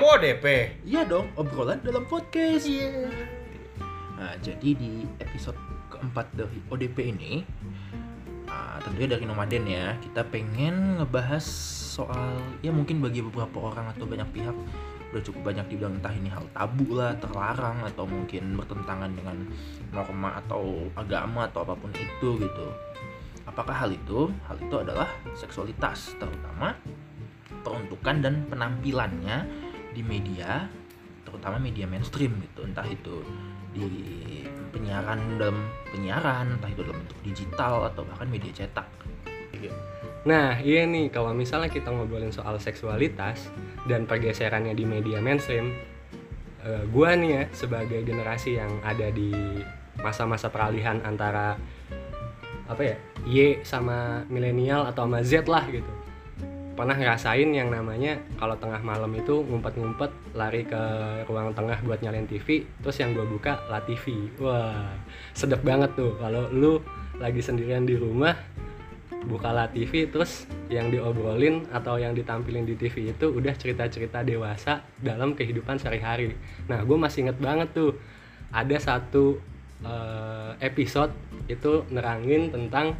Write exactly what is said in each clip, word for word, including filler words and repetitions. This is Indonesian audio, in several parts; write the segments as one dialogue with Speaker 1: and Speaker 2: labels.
Speaker 1: O D P.
Speaker 2: Iya dong, obrolan dalam podcast. Iya. Nah, jadi di episode keempat dari O D P ini, uh, tentunya dari Nomaden ya, kita pengen ngebahas soal, ya mungkin bagi beberapa orang atau banyak pihak udah cukup banyak dibilang entah ini hal tabu lah, terlarang, atau mungkin bertentangan dengan norma atau agama atau apapun itu gitu. Apakah hal itu? Hal itu adalah seksualitas, terutama peruntukan dan penampilannya di media, terutama media mainstream gitu, entah itu di penyiaran dalam penyiaran, entah itu dalam bentuk digital atau bahkan media cetak.
Speaker 3: Nah iya nih, kalau misalnya kita ngobrolin soal seksualitas dan pergeserannya di media mainstream, uh, gue nih ya sebagai generasi yang ada di masa-masa peralihan antara apa ya Y sama milenial atau sama Z lah gitu, pernah ngerasain yang namanya kalau tengah malam itu ngumpet-ngumpet lari ke ruang tengah buat nyalain T V, terus yang gue buka La T V. Wah sedep banget tuh kalau lu lagi sendirian di rumah buka La T V, terus yang diobrolin atau yang ditampilin di T V itu udah cerita-cerita dewasa dalam kehidupan sehari-hari. Nah gue masih inget banget tuh ada satu uh, episode itu nerangin tentang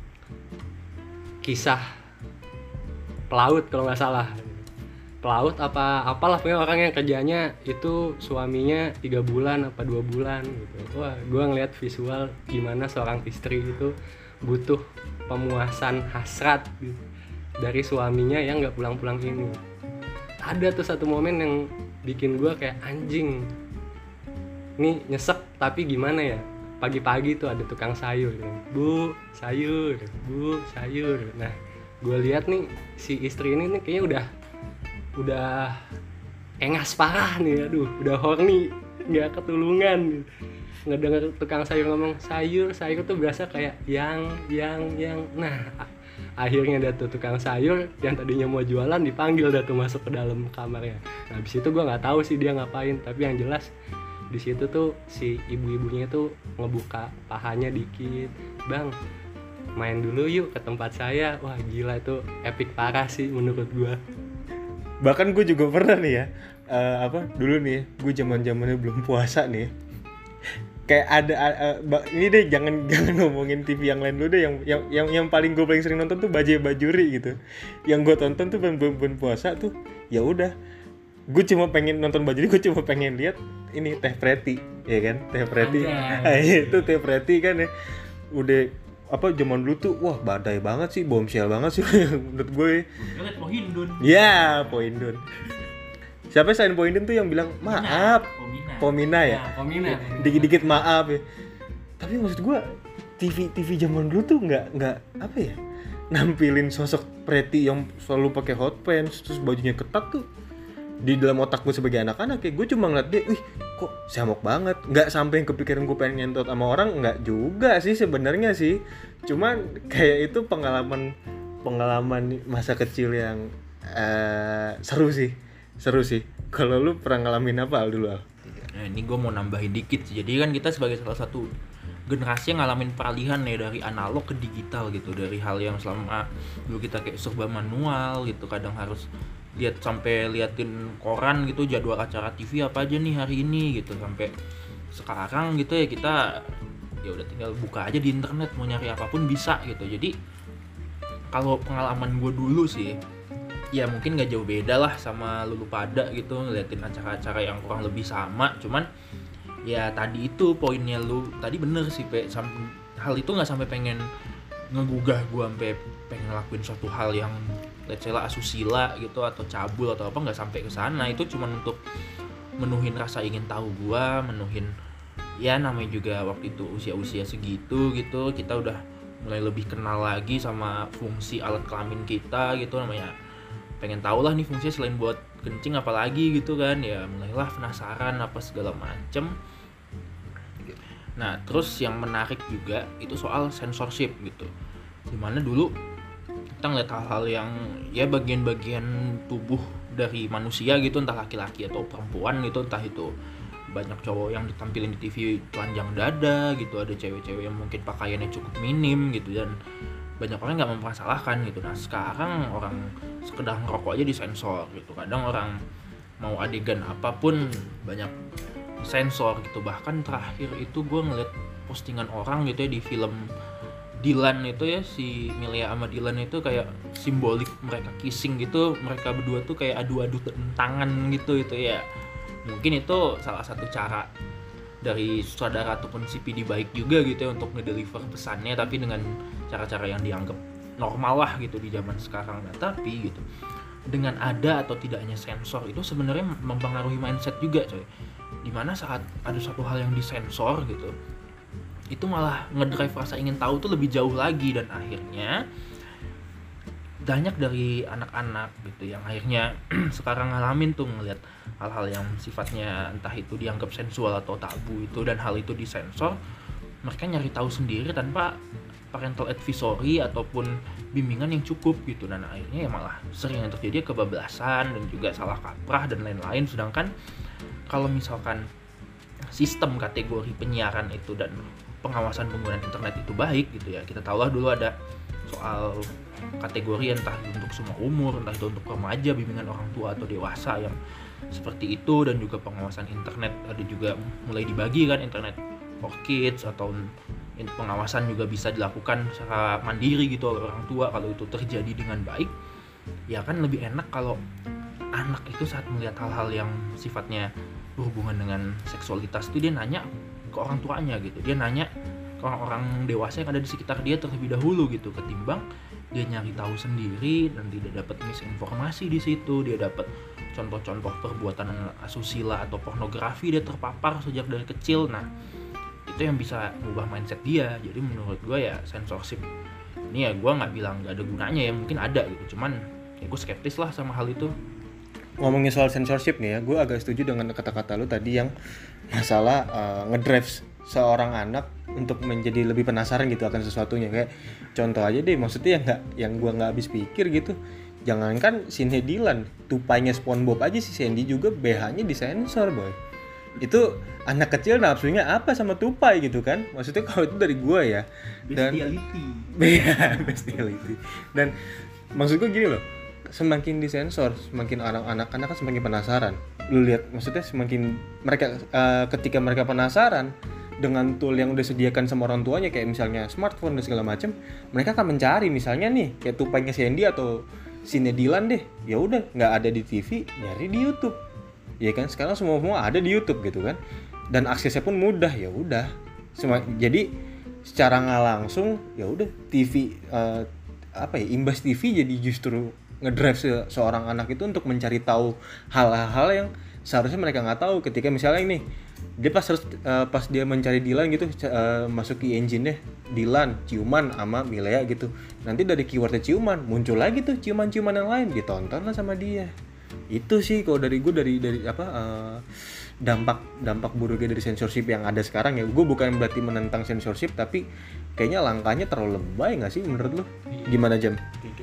Speaker 3: kisah pelaut kalau nggak salah, pelaut apa apalah pokoknya orang yang kerjanya itu suaminya tiga bulan apa dua bulan gitu. Wah gue ngeliat visual gimana seorang istri itu butuh pemuasan hasrat gitu dari suaminya yang nggak pulang-pulang ini. Ada tuh satu momen yang bikin gue kayak anjing nih nyesek, tapi gimana ya, pagi-pagi tuh ada tukang sayur, bu sayur, bu sayur. Nah gue lihat nih si istri ini nih kayaknya udah udah engas parah nih, aduh udah horny, nggak ketulungan. Ngedenger tukang sayur ngomong sayur sayur tuh berasa kayak yang yang yang. Nah akhirnya ada tuh tukang sayur yang tadinya mau jualan dipanggil dah tuh masuk ke dalam kamarnya. Nah habis itu gue nggak tahu sih dia ngapain, tapi yang jelas di situ tuh si ibu-ibunya tuh ngebuka pahanya dikit, bang main dulu yuk ke tempat saya. Wah gila itu epic parah sih menurut gue.
Speaker 1: Bahkan gue juga pernah nih ya, uh, apa dulu nih gue zaman-zamannya belum puasa nih, kayak ada uh, uh, ini deh jangan jangan ngomongin T V yang lain dulu deh, yang yang yang, yang paling gue paling sering nonton tuh Bajai Bajuri gitu. Yang gue tonton tuh bulan puasa tuh ya udah, gue cuma pengen nonton Bajuri, gue cuma pengen lihat ini Teh Preti ya kan, Teh Preti. Nah, itu Teh Preti kan ya udah apa zaman dulu tuh wah badai banget sih, bombshell banget sih menurut gue.
Speaker 2: Ingat Pohindun.
Speaker 1: Ya, Pohindun. Siapa selain Pohindun tuh yang bilang maaf?
Speaker 2: Pomina.
Speaker 1: Pomina ya?
Speaker 3: Nah, Pomina.
Speaker 1: Dikit-dikit maaf ya. Tapi maksud gue T V T V zaman dulu tuh nggak nggak apa ya, nampilin sosok Preti yang selalu pakai hot pants terus bajunya ketat tuh. Di dalam otak gue sebagai anak-anak kayak gue cuma ngeliat dia, wih kok semok banget, nggak sampai yang kepikiran gue pengen ngentot sama orang, nggak juga sih sebenarnya sih, cuman kayak itu pengalaman pengalaman masa kecil yang uh, seru sih seru sih. Kalau lu pernah ngalamin apa Al dulu Al?
Speaker 2: Nah ini gue mau nambahin dikit sih, jadi kan kita sebagai salah satu generasi yang ngalamin peralihan ya dari analog ke digital gitu, dari hal yang selama dulu kita kayak serba manual gitu, kadang harus lihat sampai liatin koran gitu jadwal acara T V apa aja nih hari ini gitu, sampai sekarang gitu ya kita ya udah tinggal buka aja di internet mau nyari apapun bisa gitu. Jadi kalau pengalaman gue dulu sih ya mungkin nggak jauh beda lah sama lulu pada gitu, ngeliatin acara-acara yang kurang lebih sama, cuman ya tadi itu poinnya lu tadi bener sih Pe, Sam- hal itu nggak sampai pengen ngegugah gue sampai pengen ngelakuin suatu hal yang let's say lah asusila gitu atau cabul atau apa, nggak sampai ke sana. Itu cuma untuk menuhin rasa ingin tahu gua, menuhin ya namanya juga waktu itu usia-usia segitu gitu, kita udah mulai lebih kenal lagi sama fungsi alat kelamin kita gitu, namanya pengen tahu lah nih fungsinya selain buat kencing apalagi gitu kan, ya mulailah penasaran apa segala macem. Nah terus yang menarik juga itu soal censorship gitu, dimana dulu kita ngeliat hal-hal yang ya bagian-bagian tubuh dari manusia gitu, entah laki-laki atau perempuan gitu, entah itu banyak cowok yang ditampilin di T V telanjang dada gitu, ada cewek-cewek yang mungkin pakaiannya cukup minim gitu, dan banyak orang nggak mempermasalahkan gitu. Nah sekarang orang sekedar ngerokok aja disensor gitu, kadang orang mau adegan apapun banyak sensor gitu. Bahkan terakhir itu gue ngeliat postingan orang gitu ya di film Dylan itu ya, si Milea sama Dylan itu kayak simbolik mereka kissing gitu, mereka berdua tuh kayak adu-adu tangan gitu itu ya. Mungkin itu salah satu cara dari sutradara ataupun C P D baik juga gitu ya untuk ngedeliver pesannya, tapi dengan cara-cara yang dianggap normal lah gitu di zaman sekarang. Nah, tapi gitu dengan ada atau tidaknya sensor itu sebenarnya mempengaruhi mindset juga coy. Dimana saat ada satu hal yang disensor gitu, itu malah ngedrive rasa ingin tahu tuh lebih jauh lagi, dan akhirnya banyak dari anak-anak gitu yang akhirnya sekarang ngalamin tuh ngelihat hal-hal yang sifatnya entah itu dianggap sensual atau tabu itu, dan hal itu disensor, mereka nyari tahu sendiri tanpa parental advisory ataupun bimbingan yang cukup gitu, dan akhirnya ya malah sering yang terjadi kebablasan dan juga salah kaprah dan lain-lain. Sedangkan kalau misalkan sistem kategori penyiaran itu dan pengawasan penggunaan internet itu baik gitu ya, kita tahulah dulu ada soal kategori entah untuk semua umur, entah itu untuk remaja, bimbingan orang tua atau dewasa yang seperti itu, dan juga pengawasan internet ada juga mulai dibagi kan, internet for kids atau pengawasan juga bisa dilakukan secara mandiri gitu oleh orang tua. Kalau itu terjadi dengan baik ya kan lebih enak kalau anak itu saat melihat hal-hal yang sifatnya berhubungan dengan seksualitas itu dia nanya ke orang tuanya gitu, dia nanya ke orang-orang dewasa yang ada di sekitar dia terlebih dahulu gitu, ketimbang dia nyari tahu sendiri dan tidak dapat misinformasi di situ, dia dapat contoh-contoh perbuatan asusila atau pornografi, dia terpapar sejak dari kecil. Nah, itu yang bisa mengubah mindset dia. Jadi menurut gue ya censorship ini ya gue nggak bilang nggak ada gunanya ya, mungkin ada gitu, cuman ya gue skeptis lah sama hal itu.
Speaker 1: Ngomongin soal censorship nih ya, gue agak setuju dengan kata-kata lu tadi yang masalah uh, ngedrive seorang anak untuk menjadi lebih penasaran gitu akan sesuatunya. Kayak contoh aja deh, maksudnya yang nggak, yang gue nggak habis pikir gitu. Jangankan Sinhe Dylan, tupainya SpongeBob aja si Sandy juga B H-nya disensor boy. Itu anak kecil nafsunya apa sama tupai gitu kan? Maksudnya kalau itu dari gue ya. Dan
Speaker 2: Bestiality.
Speaker 1: Iya, bestiality. Dan maksud gue gini loh, semakin disensor, semakin anak-anak anak kan semakin penasaran. Lu lihat, maksudnya semakin mereka uh, ketika mereka penasaran dengan tool yang udah disediakan sama orang tuanya kayak misalnya smartphone dan segala macam, mereka akan mencari misalnya nih kayak tupainya Sandy atau Sinhe Dylan deh. Ya udah, nggak ada di T V, nyari di YouTube. Ya kan sekarang semua semua ada di YouTube gitu kan. Dan aksesnya pun mudah, ya udah. Sem- jadi secara nggak langsung ya udah T V uh, apa ya, imbas T V jadi justru ngedrive se- seorang anak itu untuk mencari tahu hal-hal yang seharusnya mereka nggak tahu. Ketika misalnya ini dia pas harus uh, pas dia mencari Dylan gitu, uh, masuk ke engine deh Dylan ciuman sama Milea gitu, nanti dari keywordnya ciuman muncul lagi tuh ciuman-ciuman yang lain, ditonton lah sama dia. Itu sih kalau dari gue dari dari apa uh, dampak dampak buruknya dari censorship yang ada sekarang ya. Gue bukan berarti menentang censorship, tapi kayaknya langkahnya terlalu lebay nggak sih menurut lo? Gimana Jam?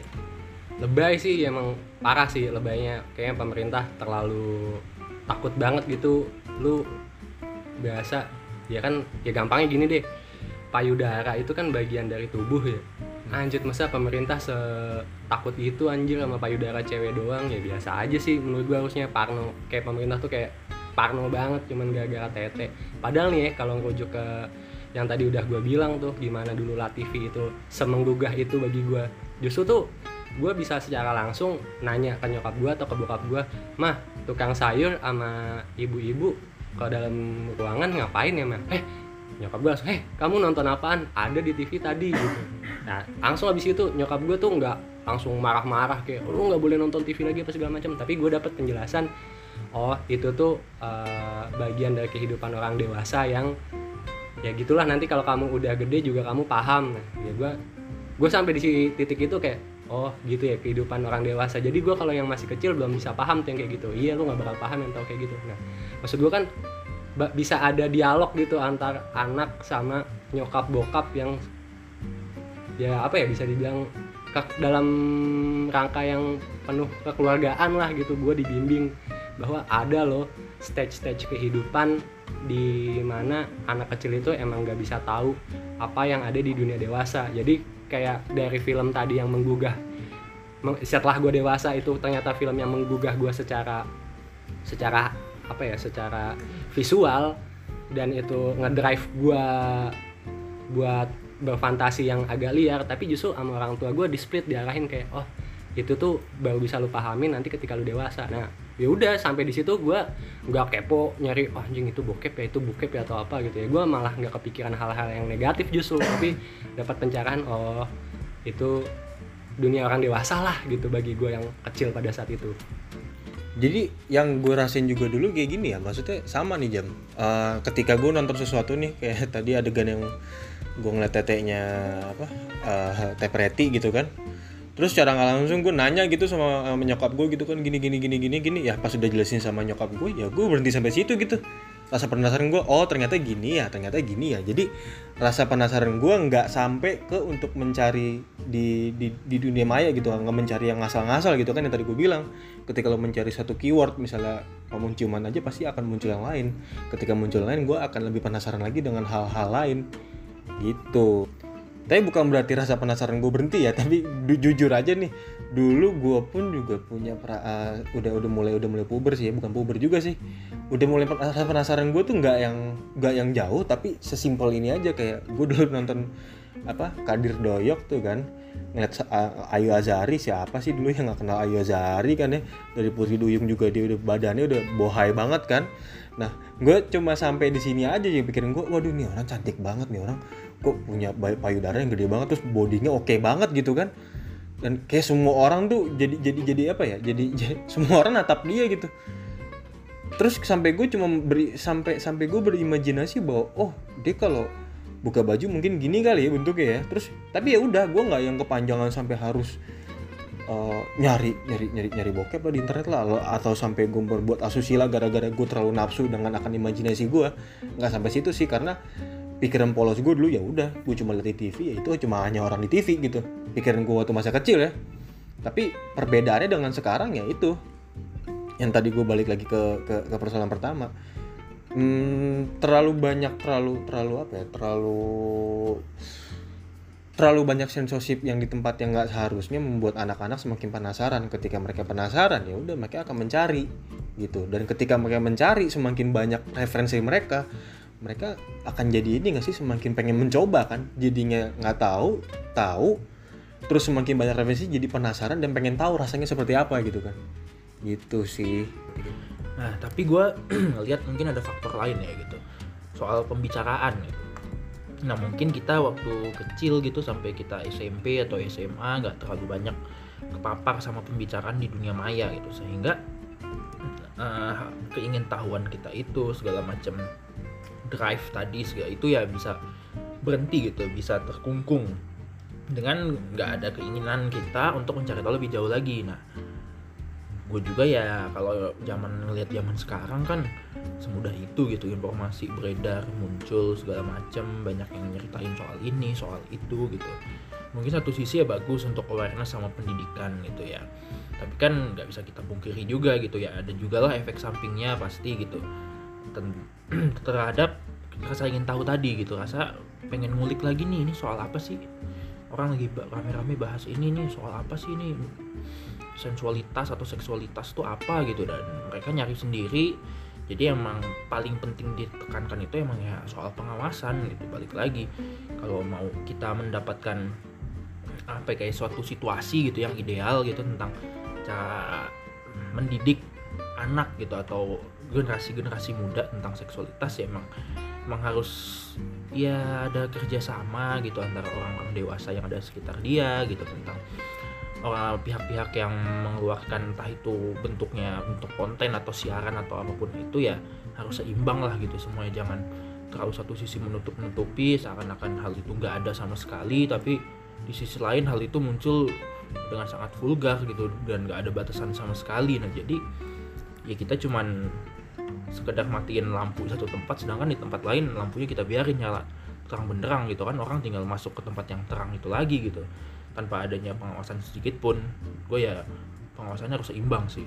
Speaker 3: Lebay sih, emang parah sih lebaynya. Kayaknya pemerintah terlalu takut banget gitu. Lu biasa ya kan, ya gampangnya gini deh, payudara itu kan bagian dari tubuh ya. Anjir, masa pemerintah setakut itu anjir sama payudara cewek doang? Ya biasa aja sih menurut gua, harusnya parno. Kayak pemerintah tuh kayak parno banget cuman gara-gara tete. Padahal nih ya, kalau ngerujuk ke yang tadi udah gua bilang tuh, gimana dulu Latifi itu semenggugah itu bagi gua. Justru tuh gua bisa secara langsung nanya ke nyokap gua atau ke bokap gua, "Mah, tukang sayur sama ibu-ibu ke dalam ruangan ngapain ya, Mah?" Eh, nyokap gue langsung, "Eh, kamu nonton apaan? Ada di T V tadi," gitu. Nah, langsung abis itu nyokap gue tuh nggak langsung marah-marah kayak, "Lu nggak boleh nonton T V lagi apa segala macam." Tapi gue dapet penjelasan, oh itu tuh uh, bagian dari kehidupan orang dewasa yang ya gitulah, nanti kalau kamu udah gede juga kamu paham. Nah, ya gue gue sampai di titik itu kayak, oh gitu ya kehidupan orang dewasa. Jadi gue kalau yang masih kecil belum bisa paham tuh yang kayak gitu. Iya, lu nggak bakal paham yang tau kayak gitu. Nah, maksud gue kan bisa ada dialog gitu antar anak sama nyokap bokap yang ya apa ya, bisa dibilang ke- dalam rangka yang penuh kekeluargaan lah gitu. Gue dibimbing bahwa ada loh stage-stage kehidupan di mana anak kecil itu emang gak bisa tahu apa yang ada di dunia dewasa. Jadi kayak dari film tadi yang menggugah, setelah gue dewasa itu ternyata film yang menggugah gue secara secara apa ya, secara visual, dan itu ngedrive gue buat berfantasi yang agak liar, tapi justru sama orang tua gue di split, diarahin kayak oh itu tuh baru bisa lu pahamin nanti ketika lu dewasa. Nah ya udah sampai di situ gue nggak kepo nyari oh, anjing itu bokep ya, itu bokep ya atau apa gitu ya. Gue malah nggak kepikiran hal-hal yang negatif justru, tapi dapat pencerahan oh itu dunia orang dewasa lah gitu bagi gue yang kecil pada saat itu.
Speaker 1: Jadi yang gue rasain juga dulu kayak gini ya, maksudnya sama nih Jam. Uh, ketika gue nonton sesuatu nih, kayak tadi adegan yang gue ngeliat tetenya apa, uh, Teh Preti gitu kan. Terus secara nggak langsung gue nanya gitu sama uh, nyokap gue gitu kan, gini gini gini gini gini. Ya pas udah jelasin sama nyokap gue, ya gue berhenti sampai situ gitu. Rasa penasaran gue, oh ternyata gini ya, ternyata gini ya. Jadi rasa penasaran gue nggak sampai ke untuk mencari di, di di dunia maya gitu, nggak mencari yang ngasal-ngasal gitu kan yang tadi gue bilang. Ketika lo mencari satu keyword, misalnya ngomong ciuman aja pasti akan muncul yang lain. Ketika muncul yang lain, gue akan lebih penasaran lagi dengan hal-hal lain gitu. Tapi bukan berarti rasa penasaran gue berhenti ya, tapi du- jujur aja nih, dulu gue pun juga punya pra, uh, udah udah mulai udah mulai puber sih ya, bukan puber juga sih, udah mulai rasa penasaran gue tuh nggak yang nggak yang jauh, tapi sesimpel ini aja. Kayak gue dulu nonton apa Kadir Doyok tuh kan, ngeliat uh, Ayu Azari, siapa sih dulu yang nggak kenal Ayu Azari kan ya, dari Putri Duyung juga dia udah badannya udah bohai banget kan. Nah gue cuma sampai di sini aja ya, pikirin gue, waduh nih orang cantik banget nih orang, kok punya payudara yang gede banget, terus bodinya oke okay banget gitu kan. Dan kayak semua orang tuh jadi jadi jadi apa ya, jadi, jadi semua orang natap dia gitu. Terus sampai gue cuma beri sampai sampai gue berimajinasi bahwa oh dia kalau buka baju mungkin gini kali ya bentuknya ya. Terus tapi ya udah, gue nggak yang kepanjangan sampai harus uh, nyari nyari nyari nyari bokep lah di internet lah, atau sampai gue berbuat asusila gara-gara gue terlalu nafsu dengan akan imajinasi gue. Nggak sampai situ sih, karena pikiran polos gue dulu ya udah, gue cuma lihat di T V, ya itu cuma hanya orang di T V gitu. Pikiran gue waktu masa kecil ya. Tapi perbedaannya dengan sekarang ya itu. Yang tadi gue balik lagi ke ke, ke persoalan pertama. Hmm, terlalu banyak terlalu terlalu apa ya? Terlalu terlalu banyak censorship yang di tempat yang nggak seharusnya membuat anak-anak semakin penasaran. Ketika mereka penasaran ya udah mereka akan mencari gitu. Dan ketika mereka mencari, semakin banyak referensi mereka, mereka akan jadi ini nggak sih, semakin pengen mencoba kan, jadinya nggak tahu tahu terus semakin banyak referensi jadi penasaran dan pengen tahu rasanya seperti apa gitu kan, gitu sih.
Speaker 2: Nah tapi gue ngelihat mungkin ada faktor lain ya gitu, soal pembicaraan gitu. Nah mungkin kita waktu kecil gitu sampai kita S M P atau S M A nggak terlalu banyak kepapar sama pembicaraan di dunia maya gitu, sehingga uh, keingintahuan kita itu segala macam drive tadi segala itu ya bisa berhenti gitu, bisa terkungkung dengan nggak ada keinginan kita untuk mencari tahu lebih jauh lagi. Nah gue juga ya kalau zaman ngelihat zaman sekarang kan semudah itu gitu, informasi beredar, muncul segala macam, banyak yang nyeritain soal ini soal itu gitu. Mungkin satu sisi ya bagus untuk awareness sama pendidikan gitu ya, tapi kan nggak bisa kita pungkiri juga gitu ya, ada juga lah efek sampingnya pasti gitu terhadap rasa ingin tahu tadi gitu, rasa pengen ngulik lagi nih, ini soal apa sih, orang lagi rame-rame bahas ini nih, soal apa sih ini, sensualitas atau seksualitas tuh apa gitu, dan mereka nyari sendiri. Jadi emang paling penting ditekankan itu emang ya soal pengawasan gitu. Balik lagi, kalau mau kita mendapatkan apa kayak suatu situasi gitu yang ideal gitu tentang cara mendidik anak gitu atau generasi-generasi muda tentang seksualitas, ya emang emang harus ya ada kerjasama gitu antara orang-orang dewasa yang ada di sekitar dia gitu, tentang orang pihak-pihak yang mengeluarkan entah itu bentuknya untuk konten atau siaran atau apapun itu, ya harus seimbang lah gitu semuanya. Jangan terlalu satu sisi menutup-nutupi seakan-akan hal itu nggak ada sama sekali, tapi di sisi lain hal itu muncul dengan sangat vulgar gitu dan nggak ada batasan sama sekali. Nah jadi ya kita cuman sekedar matiin lampu satu tempat, sedangkan di tempat lain lampunya kita biarin nyala terang benderang gitu kan, orang tinggal masuk ke tempat yang terang itu lagi gitu tanpa adanya pengawasan sedikit pun. Gue ya pengawasannya harus seimbang sih.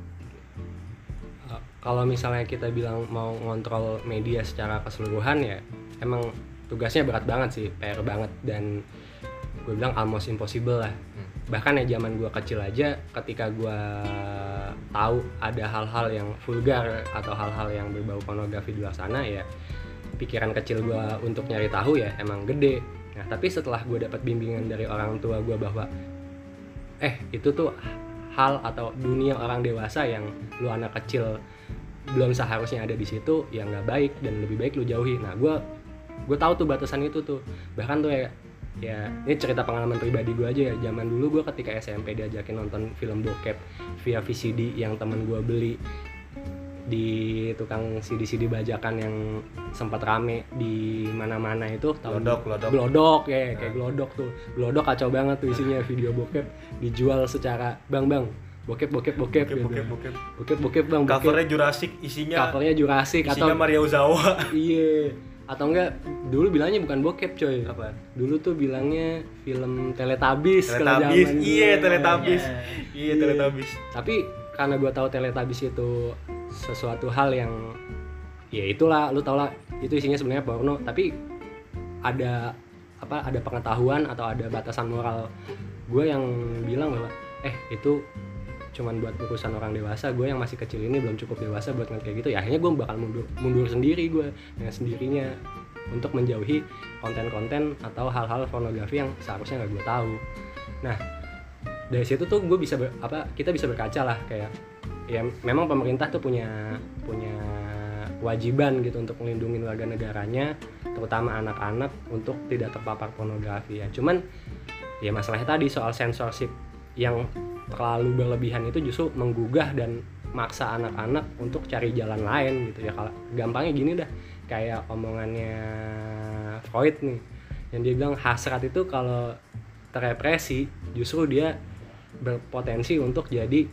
Speaker 3: Kalau misalnya kita bilang mau ngontrol media secara keseluruhan, ya emang tugasnya berat banget sih, P R banget. Dan gue bilang almost impossible lah. Bahkan ya zaman gue kecil aja, ketika gue tahu ada hal-hal yang vulgar atau hal-hal yang berbau pornografi di luar sana, ya pikiran kecil gue untuk nyari tahu ya emang gede. Nah tapi setelah gue dapat bimbingan dari orang tua gue bahwa eh itu tuh hal atau dunia orang dewasa yang lu anak kecil belum seharusnya ada di situ, ya nggak baik dan lebih baik lu jauhi. Nah gue gue tahu tuh batasan itu tuh. Bahkan tuh ya ya ini cerita pengalaman pribadi gue aja ya. Zaman dulu gue ketika S M P diajakin nonton film bokep via V C D yang temen gue beli di tukang C D C D bajakan yang sempat rame di mana-mana itu, tahun
Speaker 1: Glodok, glodok.
Speaker 3: glodok ya, kayak glodok tuh. Glodok kacau banget tuh isinya video bokep dijual secara bang bang bokep bokep bokep
Speaker 1: Bokep,
Speaker 3: gitu.
Speaker 1: bokep, bokep.
Speaker 3: Bokep bokep bang bokep.
Speaker 1: Covernya Jurassic, isinya
Speaker 3: Covernya Jurassic
Speaker 1: isinya
Speaker 3: atau
Speaker 1: Maria Ozawa.
Speaker 3: iya, atau enggak dulu bilangnya bukan bokep coy.
Speaker 1: Apa?
Speaker 3: Dulu tuh bilangnya film Teletubbies kalau
Speaker 1: Teletubbies,
Speaker 3: zaman
Speaker 1: iya
Speaker 3: dulu.
Speaker 1: Teletubbies,
Speaker 2: Iya.
Speaker 1: iya Teletubbies.
Speaker 3: Tapi karena gue tahu Teletubbies itu sesuatu hal yang ya itulah, lu tau lah itu isinya sebenarnya porno, tapi ada apa ada pengetahuan atau ada batasan moral gue yang bilang bahwa eh itu cuman buat urusan orang dewasa, gue yang masih kecil ini belum cukup dewasa buat ngeliat kayak gitu. Ya akhirnya gue bakal mundur mundur sendiri gue dengan sendirinya untuk menjauhi konten-konten atau hal-hal pornografi yang seharusnya nggak gue tahu. Nah dari situ tuh gue bisa ber, apa kita bisa berkaca lah, kayak ya memang pemerintah tuh punya punya kewajiban gitu untuk melindungi warga negaranya, terutama anak-anak untuk tidak terpapar pornografi ya. Cuman ya masalahnya tadi soal censorship yang terlalu berlebihan itu justru menggugah dan maksa anak-anak untuk cari jalan lain gitu ya. Kalau gampangnya gini dah, kayak omongannya Freud nih yang dia bilang hasrat itu kalau terrepresi justru dia berpotensi untuk jadi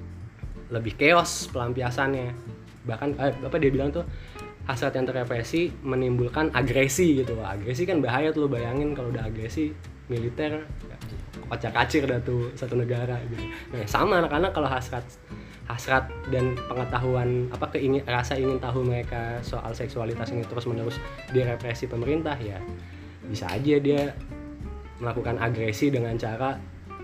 Speaker 3: lebih chaos pelampiasannya. Bahkan eh, apa dia bilang tuh hasrat yang terrepresi menimbulkan agresi gitu. Agresi kan bahaya tuh, lo bayangin kalau udah agresi militer kocak-kacir dah tuh satu negara gitu. Nah, sama anak-anak kalau hasrat hasrat dan pengetahuan apa keingin rasa ingin tahu mereka soal seksualitas ini terus-menerus direpresi pemerintah, ya bisa aja dia melakukan agresi dengan cara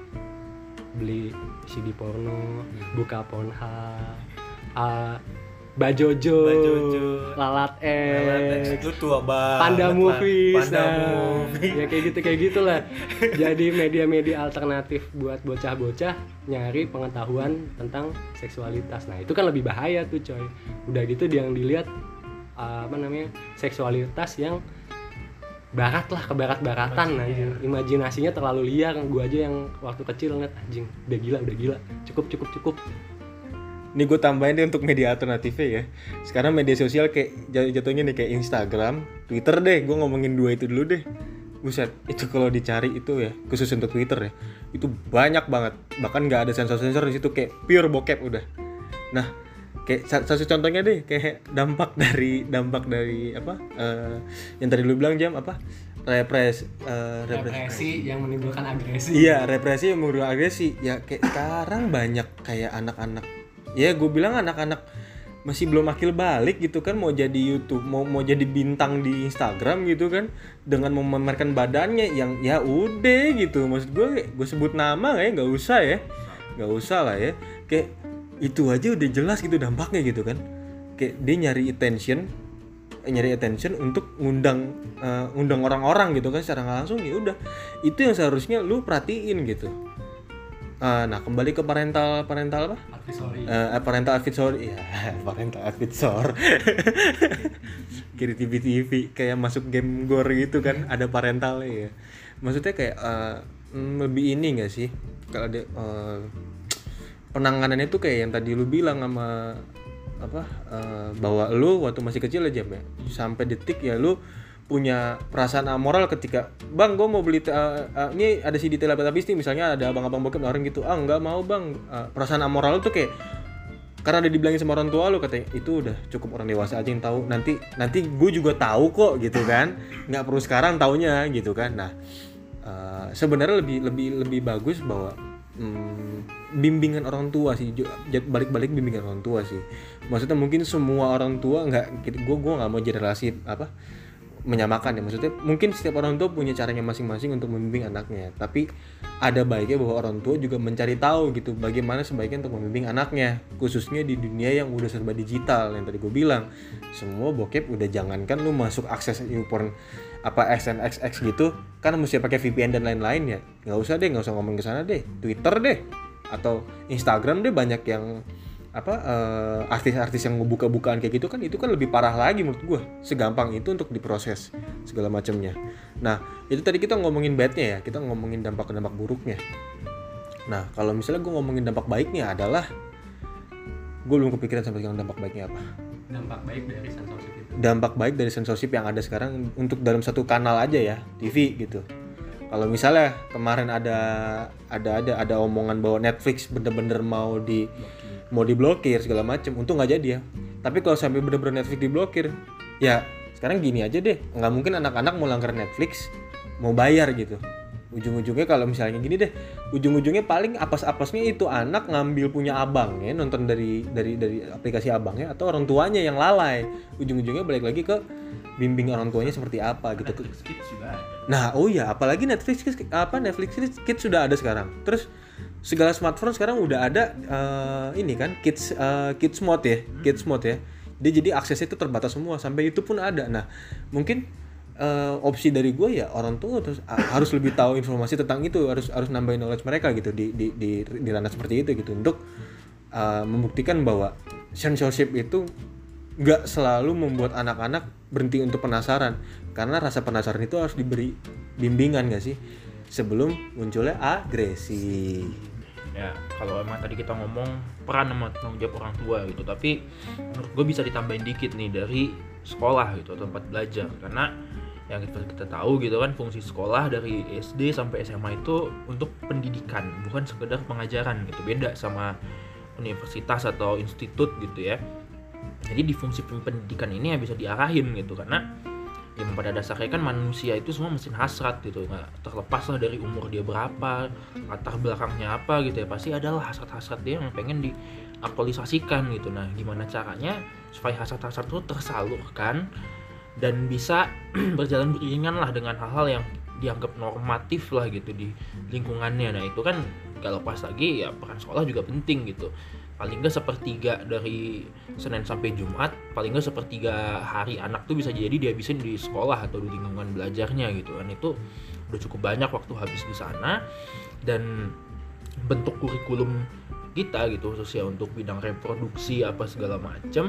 Speaker 3: beli C D porno, buka Pornhub, uh, Bajojo,
Speaker 1: Bajojo,
Speaker 3: Lalat
Speaker 1: X,
Speaker 3: X,
Speaker 1: itu tua banget.
Speaker 3: Panda
Speaker 1: lah.
Speaker 3: Movies,
Speaker 1: Panda
Speaker 3: nah,
Speaker 1: Movie.
Speaker 3: ya kayak gitu kayak gitulah. Jadi media-media alternatif buat bocah-bocah nyari pengetahuan tentang seksualitas. Nah itu kan lebih bahaya tuh coy. Udah gitu dia yang dilihat uh, apa namanya seksualitas yang barat lah, ke barat-baratan anjing. Imajinasinya terlalu liar. Gue aja yang waktu kecil ngeliat anjing udah gila udah gila. Cukup cukup cukup.
Speaker 1: Ini gue tambahin deh untuk media alternatifnya ya. Sekarang media sosial kayak jatuhnya nih kayak Instagram, Twitter deh. Gue ngomongin dua itu dulu deh. Buset, itu kalau dicari itu ya, khusus untuk Twitter ya, itu banyak banget. Bahkan nggak ada sensor-sensor di situ, kayak pure bokep udah. Nah, kayak satu contohnya deh, kayak dampak dari dampak dari apa? Uh, yang tadi lu bilang Jam apa? Repres, uh, repres,
Speaker 3: Represi yang menimbulkan agresi.
Speaker 1: Iya, represi yang menimbulkan agresi. Ya kayak sekarang banyak kayak anak-anak. Ya gue bilang anak-anak masih belum akil balik gitu kan, mau jadi YouTube, mau mau jadi bintang di Instagram gitu kan, dengan memamerkan badannya yang ya udah gitu. Maksud gue gue sebut nama kayak nggak usah ya, nggak usah lah ya. Kayak itu aja udah jelas gitu dampaknya gitu kan. Kayak dia nyari attention, nyari attention untuk ngundang uh, ngundang orang-orang gitu kan secara nggak langsung. Ya udah itu yang seharusnya lu perhatiin gitu. Uh, nah kembali ke parental parental apa?
Speaker 3: Advisory.
Speaker 1: Uh, parental advisory, ya parental advisory. Kiri T V T V kayak masuk game gore gitu kan, ada parentalnya ya. Maksudnya kayak uh, lebih ini nggak sih? Kalau ada uh, penanganannya tuh kayak yang tadi lu bilang sama apa? Uh, bahwa lu waktu masih kecil aja ya, sampai detik ya lu punya perasaan amoral ketika bang gue mau beli uh, uh, ini ada C D Teletubbies nih misalnya, ada abang-abang bokep orang gitu, ah nggak mau bang. Uh, perasaan amoral tuh kayak karena ada dibilangin sama orang tua lu katanya itu udah cukup orang dewasa aja yang tahu, nanti nanti gue juga tahu kok gitu kan, nggak perlu sekarang taunya gitu kan. Nah uh, sebenarnya lebih lebih lebih bagus bahwa hmm, bimbingan orang tua sih, balik-balik bimbingan orang tua sih. Maksudnya mungkin semua orang tua nggak, gue gue nggak mau generasi apa menyamakan ya, maksudnya mungkin setiap orang tua punya caranya masing-masing untuk membimbing anaknya, tapi ada baiknya bahwa orang tua juga mencari tahu gitu bagaimana sebaiknya untuk membimbing anaknya, khususnya di dunia yang udah serba digital yang tadi gue bilang. Semua bokep udah, jangankan lu masuk akses YouPorn apa X N X X gitu kan mesti pakai V P N dan lain-lain ya, nggak usah deh, nggak usah ngomong ke sana deh, Twitter deh atau Instagram deh, banyak yang apa uh, artis-artis yang ngebuka-bukaan kayak gitu kan, itu kan lebih parah lagi menurut gue, segampang itu untuk diproses segala macamnya. Nah itu tadi kita ngomongin badnya ya, kita ngomongin dampak-dampak buruknya. Nah kalau misalnya gue ngomongin dampak baiknya adalah, gue belum kepikiran sampai sekarang dampak baiknya apa.
Speaker 3: Dampak baik dari censorship itu.
Speaker 1: Dampak baik dari censorship yang ada sekarang untuk dalam satu kanal aja ya, T V gitu. Kalau misalnya kemarin ada ada ada ada omongan bahwa Netflix bener-bener mau di mau diblokir segala macem, untung nggak jadi ya. Tapi kalau sampai bener-bener Netflix diblokir, ya sekarang gini aja deh, nggak mungkin anak-anak mau langgar Netflix mau bayar gitu. Ujung-ujungnya kalau misalnya gini deh, ujung-ujungnya paling apes-apesnya itu anak ngambil punya abangnya, nonton dari dari dari aplikasi abangnya, atau orang tuanya yang lalai. Ujung-ujungnya balik lagi ke bimbing orang tuanya seperti apa gitu.
Speaker 2: Netflix Kids juga ada.
Speaker 1: Nah, oh ya, apalagi Netflix Kids, apa Netflix Kids sudah ada sekarang. Terus segala smartphone sekarang udah ada uh, ini kan kids uh, kids mode ya, kids mode ya. Dia jadi aksesnya itu terbatas semua, sampai itu pun ada. Nah, mungkin uh, opsi dari gue ya orang tua terus uh, harus lebih tahu informasi tentang itu, harus harus nambahin knowledge mereka gitu di di di, di ranah seperti itu gitu, untuk uh, membuktikan bahwa censorship itu nggak selalu membuat anak-anak berhenti untuk penasaran, karena rasa penasaran itu harus diberi bimbingan nggak sih sebelum munculnya agresi.
Speaker 2: Ya kalau emang tadi kita ngomong peran sama tanggung jawab orang tua gitu, tapi menurut gue bisa ditambahin dikit nih dari sekolah gitu, tempat belajar. Karena yang kita, kita tahu gitu kan, fungsi sekolah dari S D sampai S M A itu untuk pendidikan, bukan sekedar pengajaran gitu. Beda sama universitas atau institut gitu ya. Jadi di fungsi pendidikan ini ya bisa diarahin gitu, karena ya pada dasarnya kan manusia itu semua mesin hasrat gitu, nggak terlepas lah dari umur dia berapa, latar belakangnya apa gitu ya, pasti adalah hasrat-hasrat dia yang pengen diaktualisasikan gitu. Nah gimana caranya supaya hasrat-hasrat itu tersalurkan dan bisa berjalan beriringan lah dengan hal-hal yang dianggap normatif lah gitu di lingkungannya. Nah itu kan gak lepas lagi ya, peran sekolah juga penting gitu. Paling nggak sepertiga dari Senin sampai Jumat, paling nggak sepertiga hari anak tuh bisa jadi dihabisin di sekolah atau di lingkungan belajarnya gitu kan. Itu udah cukup banyak waktu habis di sana. Dan bentuk kurikulum kita gitu, khususnya untuk bidang reproduksi apa segala macem,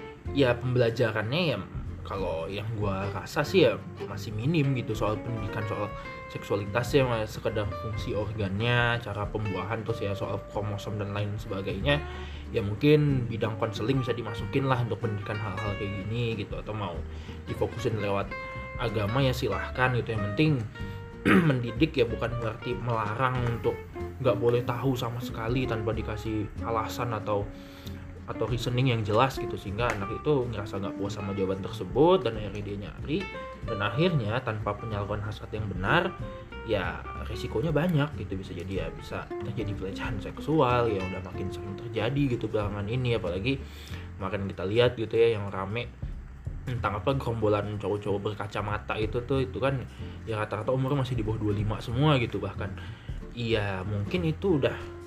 Speaker 2: ya pembelajarannya ya kalau yang gue rasa sih ya masih minim gitu, soal pendidikan soal seksualitasnya, sekedar fungsi organnya, cara pembuahan, terus ya soal kromosom dan lain sebagainya. Ya mungkin bidang konseling bisa dimasukin lah untuk pendidikan hal-hal kayak gini gitu, atau mau difokusin lewat agama ya silahkan gitu. Yang penting mendidik ya bukan berarti melarang untuk nggak boleh tahu sama sekali tanpa dikasih alasan atau atau reasoning yang jelas gitu, sehingga anak itu ngerasa nggak puas sama jawaban tersebut dan akhirnya dia nyari, dan akhirnya tanpa penyaluran hasrat yang benar ya risikonya banyak gitu. Bisa jadi ya bisa terjadi pelecehan seksual ya udah makin sering terjadi gitu belakangan ini, apalagi kemarin kita lihat gitu ya yang rame tentang apa gerombolan cowok-cowok berkacamata itu tuh, itu kan ya rata-rata umurnya masih di bawah dua puluh lima semua gitu bahkan. Iya mungkin itu udah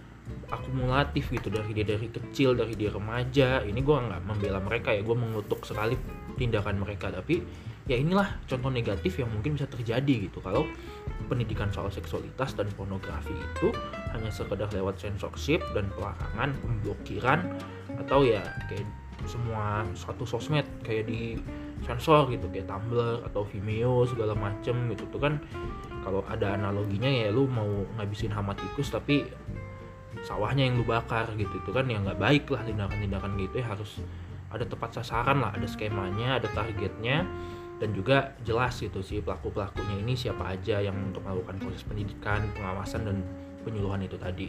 Speaker 2: akumulatif gitu dari dia dari kecil, dari dia remaja. Ini gue nggak membela mereka ya, gue mengutuk sekali tindakan mereka, tapi ya inilah contoh negatif yang mungkin bisa terjadi gitu kalau pendidikan soal seksualitas dan pornografi itu hanya sekedar lewat censorship dan pelarangan, pemblokiran, atau ya kayak semua suatu sosmed kayak di sensor gitu, kayak Tumblr atau Vimeo segala macem gitu tuh kan. Kalau ada analoginya ya lu mau ngabisin hama tikus tapi sawahnya yang lu bakar gitu, itu kan ya nggak baik lah tindakan-tindakan gitu ya. Harus ada tepat sasaran lah, ada skemanya, ada targetnya, dan juga jelas gitu sih pelaku-pelakunya ini siapa aja yang untuk melakukan proses pendidikan, pengawasan, dan penyuluhan itu tadi.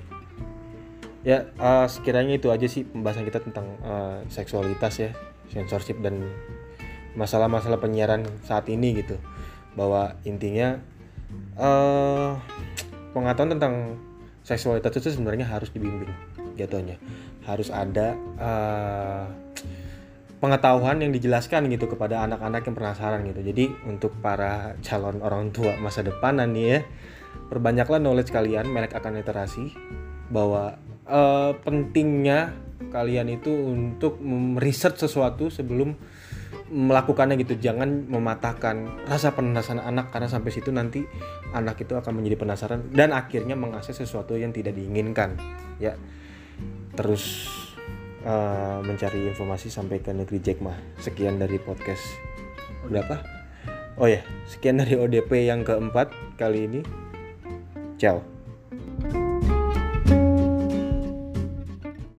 Speaker 1: Ya uh, sekiranya itu aja sih pembahasan kita tentang uh, seksualitas ya, censorship dan masalah-masalah penyiaran saat ini gitu. Bahwa intinya uh, pengetahuan tentang seksualitas itu sebenarnya harus dibimbing jatuhnya, harus ada uh, pengetahuan yang dijelaskan gitu kepada anak-anak yang penasaran gitu. Jadi untuk para calon orang tua masa depanan nih ya, perbanyaklah knowledge kalian, melek akan literasi, bahwa uh, pentingnya kalian itu untuk meriset sesuatu sebelum melakukannya gitu. Jangan mematahkan rasa penasaran anak, karena sampai situ nanti anak itu akan menjadi penasaran dan akhirnya mengakses sesuatu yang tidak diinginkan ya. Terus uh, mencari informasi sampai ke negeri Jack mah. Sekian dari podcast berapa? Oh ya, sekian dari O D P yang keempat kali ini. Ciao.